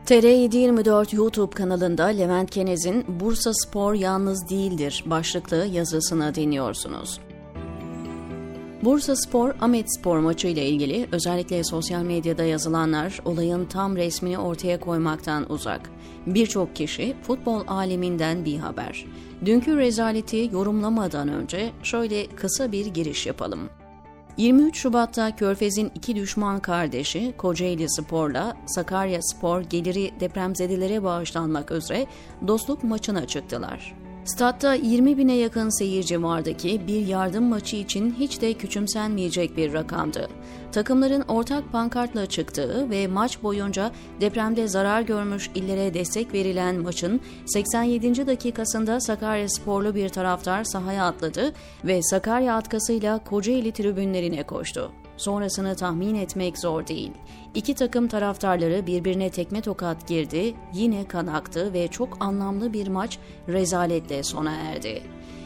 TR724 YouTube kanalında Levent Kenez'in "Bursaspor yalnız değildir" başlıklı yazısını dinliyorsunuz. Bursaspor Ahmetspor maçı ile ilgili özellikle sosyal medyada yazılanlar olayın tam resmini ortaya koymaktan uzak. Birçok kişi futbol aleminden bir haber. Dünkü rezaleti yorumlamadan önce şöyle kısa bir giriş yapalım. 23 Şubat'ta Körfez'in iki düşman kardeşi Kocaelispor'la Sakaryaspor geliri depremzedelere bağışlanmak üzere dostluk maçına çıktılar. Statta 20.000'e yakın seyirci vardı ki bir yardım maçı için hiç de küçümsenmeyecek bir rakamdı. Takımların ortak pankartla çıktığı ve maç boyunca depremde zarar görmüş illere destek verilen maçın 87. dakikasında Sakaryasporlu bir taraftar sahaya atladı ve Sakarya atkasıyla Kocaeli tribünlerine koştu. Sonrasını tahmin etmek zor değil. İki takım taraftarları birbirine tekme tokat girdi, yine kan aktı ve çok anlamlı bir maç rezaletle sona erdi.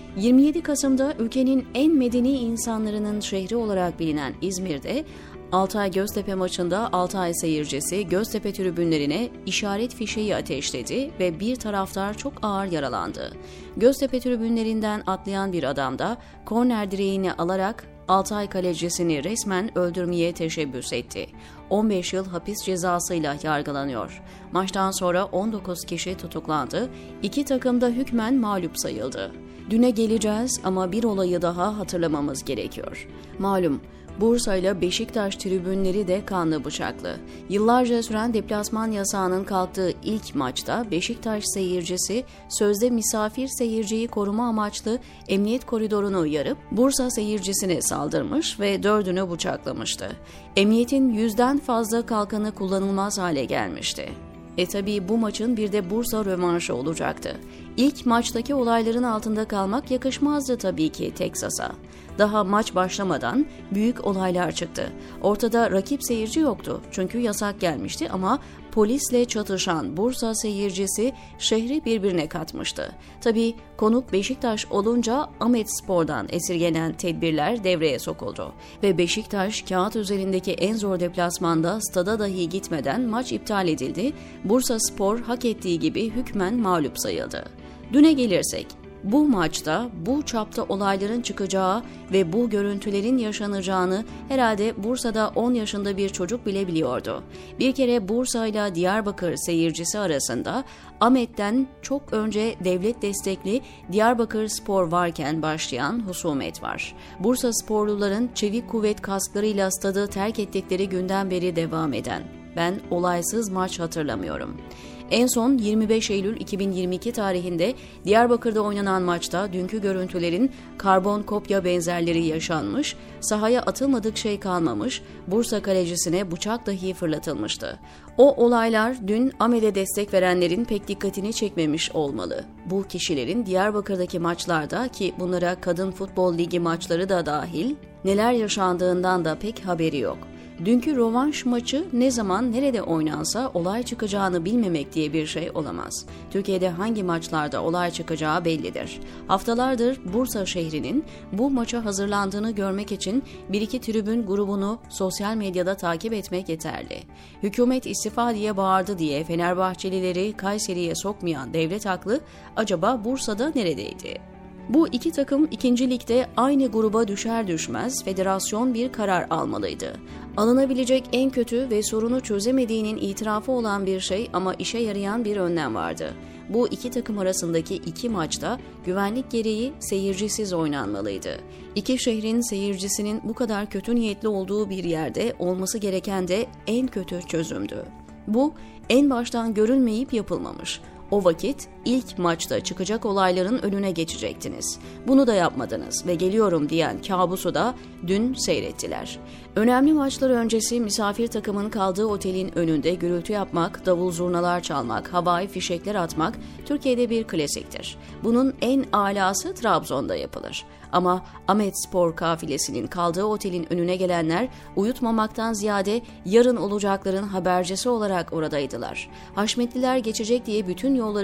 27 Kasım'da ülkenin en medeni insanlarının şehri olarak bilinen İzmir'de Altay-Göztepe maçında Altay seyircisi Göztepe tribünlerine işaret fişeği ateşledi ve bir taraftar çok ağır yaralandı. Göztepe tribünlerinden atlayan bir adam da korner direğini alarak Altay kalecisini resmen öldürmeye teşebbüs etti. 15 yıl hapis cezasıyla yargılanıyor. Maçtan sonra 19 kişi tutuklandı. İki takım da hükmen mağlup sayıldı. Düne geleceğiz ama bir olayı daha hatırlamamız gerekiyor. Malum, Bursa ile Beşiktaş tribünleri de kanlı bıçaklı. Yıllarca süren deplasman yasağının kalktığı ilk maçta Beşiktaş seyircisi sözde misafir seyirciyi koruma amaçlı emniyet koridorunu yarıp Bursa seyircisine saldırmış ve 4'ünü bıçaklamıştı. Emniyetin 100'den fazla kalkanı kullanılmaz hale gelmişti. Tabii bu maçın bir de Bursa rövanşı olacaktı. İlk maçtaki olayların altında kalmak yakışmazdı tabii ki Teksas'a. Daha maç başlamadan büyük olaylar çıktı. Ortada rakip seyirci yoktu çünkü yasak gelmişti ama polisle çatışan Bursa seyircisi şehri birbirine katmıştı. Tabii konuk Beşiktaş olunca Ahmetspor'dan esirgenen tedbirler devreye sokuldu. Ve Beşiktaş kağıt üzerindeki en zor deplasmanda stada dahi gitmeden maç iptal edildi. Bursaspor hak ettiği gibi hükmen mağlup sayıldı. Düne gelirsek, bu maçta bu çapta olayların çıkacağı ve bu görüntülerin yaşanacağını herhalde Bursa'da 10 yaşında bir çocuk bile biliyordu. Bir kere Bursa ile Diyarbakır seyircisi arasında Ahmet'ten çok önce devlet destekli Diyarbakırspor varken başlayan husumet var. Bursasporluların çevik kuvvet kasklarıyla stadı terk ettikleri günden beri devam eden. Ben olaysız maç hatırlamıyorum. En son 25 Eylül 2022 tarihinde Diyarbakır'da oynanan maçta dünkü görüntülerin karbon kopya benzerleri yaşanmış, sahaya atılmadık şey kalmamış, Bursa kalecisine bıçak dahi fırlatılmıştı. O olaylar dün Ahmet'e destek verenlerin pek dikkatini çekmemiş olmalı. Bu kişilerin Diyarbakır'daki maçlarda ki bunlara Kadın Futbol Ligi maçları da dahil neler yaşandığından da pek haberi yok. Dünkü rövanş maçı ne zaman nerede oynansa olay çıkacağını bilmemek diye bir şey olamaz. Türkiye'de hangi maçlarda olay çıkacağı bellidir. Haftalardır Bursa şehrinin bu maça hazırlandığını görmek için bir iki tribün grubunu sosyal medyada takip etmek yeterli. Hükümet istifa diye bağırdı diye Fenerbahçelileri Kayseri'ye sokmayan devlet aklı acaba Bursa'da neredeydi? Bu iki takım 2. Lig'de aynı gruba düşer düşmez federasyon bir karar almalıydı. Alınabilecek en kötü ve sorunu çözemediğinin itirafı olan bir şey ama işe yarayan bir önlem vardı. Bu iki takım arasındaki iki maçta güvenlik gereği seyircisiz oynanmalıydı. İki şehrin seyircisinin bu kadar kötü niyetli olduğu bir yerde olması gereken de en kötü çözümdü. Bu en baştan görülmeyip yapılmamış. O vakit ilk maçta çıkacak olayların önüne geçecektiniz. Bunu da yapmadınız ve geliyorum diyen kabusu da dün seyrettiler. Önemli maçlar öncesi misafir takımın kaldığı otelin önünde gürültü yapmak, davul zurnalar çalmak, havai fişekler atmak Türkiye'de bir klasiktir. Bunun en alası Trabzon'da yapılır. Ama Ahmetspor kafilesinin kaldığı otelin önüne gelenler uyutmamaktan ziyade yarın olacakların habercisi olarak oradaydılar. Haşmetliler geçecek diye bütün yolları kapatan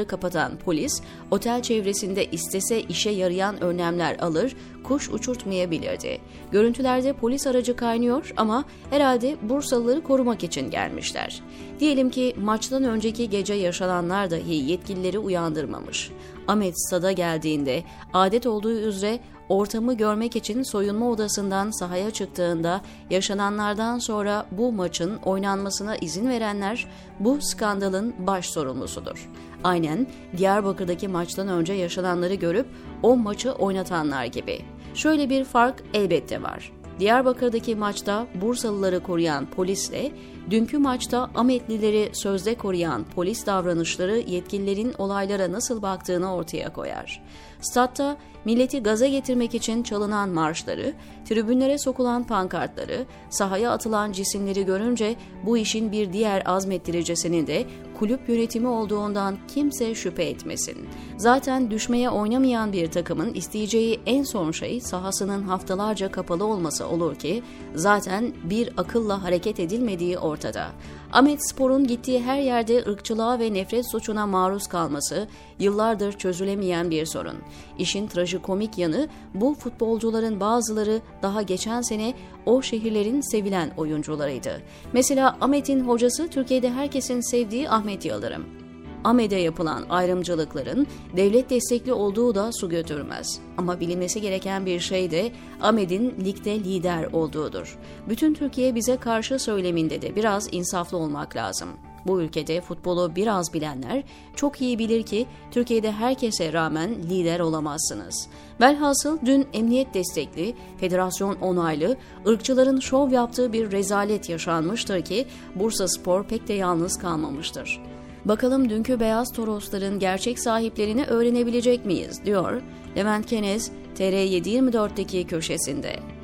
koruyan polis, otel çevresinde istese işe yarayan önlemler alır, kuş uçurtmayabilirdi. Görüntülerde polis aracı kaynıyor ama herhalde Bursalıları korumak için gelmişler. Diyelim ki maçtan önceki gece yaşananlar dahi yetkilileri uyandırmamış. Ahmet stada geldiğinde adet olduğu üzere ortamı görmek için soyunma odasından sahaya çıktığında yaşananlardan sonra bu maçın oynanmasına izin verenler bu skandalın baş sorumlusudur. Aynen Diyarbakır'daki maçtan önce yaşananları görüp o maçı oynatanlar gibi. Şöyle bir fark elbette var. Diyarbakır'daki maçta Bursalıları koruyan polisle dünkü maçta Ahmetlileri sözde koruyan polis davranışları yetkililerin olaylara nasıl baktığını ortaya koyar. Statta milleti gaza getirmek için çalınan marşları, tribünlere sokulan pankartları, sahaya atılan cisimleri görünce bu işin bir diğer azmettiricisinin de kulüp yönetimi olduğundan kimse şüphe etmesin. Zaten düşmeye oynamayan bir takımın isteyeceği en son şey sahasının haftalarca kapalı olması olur ki zaten bir akılla hareket edilmediği ortada. Ahmetspor'un gittiği her yerde ırkçılığa ve nefret suçuna maruz kalması yıllardır çözülemeyen bir sorun. İşin trajikomik yanı bu futbolcuların bazıları daha geçen sene o şehirlerin sevilen oyuncularıydı. Mesela Ahmet'in hocası Türkiye'de herkesin sevdiği Ahmet Yıldırım. Ahmet'e yapılan ayrımcılıkların devlet destekli olduğu da su götürmez. Ama bilinmesi gereken bir şey de Ahmet'in ligde lider olduğudur. Bütün Türkiye bize karşı söyleminde de biraz insaflı olmak lazım. Bu ülkede futbolu biraz bilenler çok iyi bilir ki Türkiye'de herkese rağmen lider olamazsınız. Velhasıl dün emniyet destekli, federasyon onaylı, ırkçıların şov yaptığı bir rezalet yaşanmıştır ki Bursaspor pek de yalnız kalmamıştır. Bakalım dünkü Beyaz Torosların gerçek sahiplerini öğrenebilecek miyiz, diyor Levent Kenez TR724'deki köşesinde.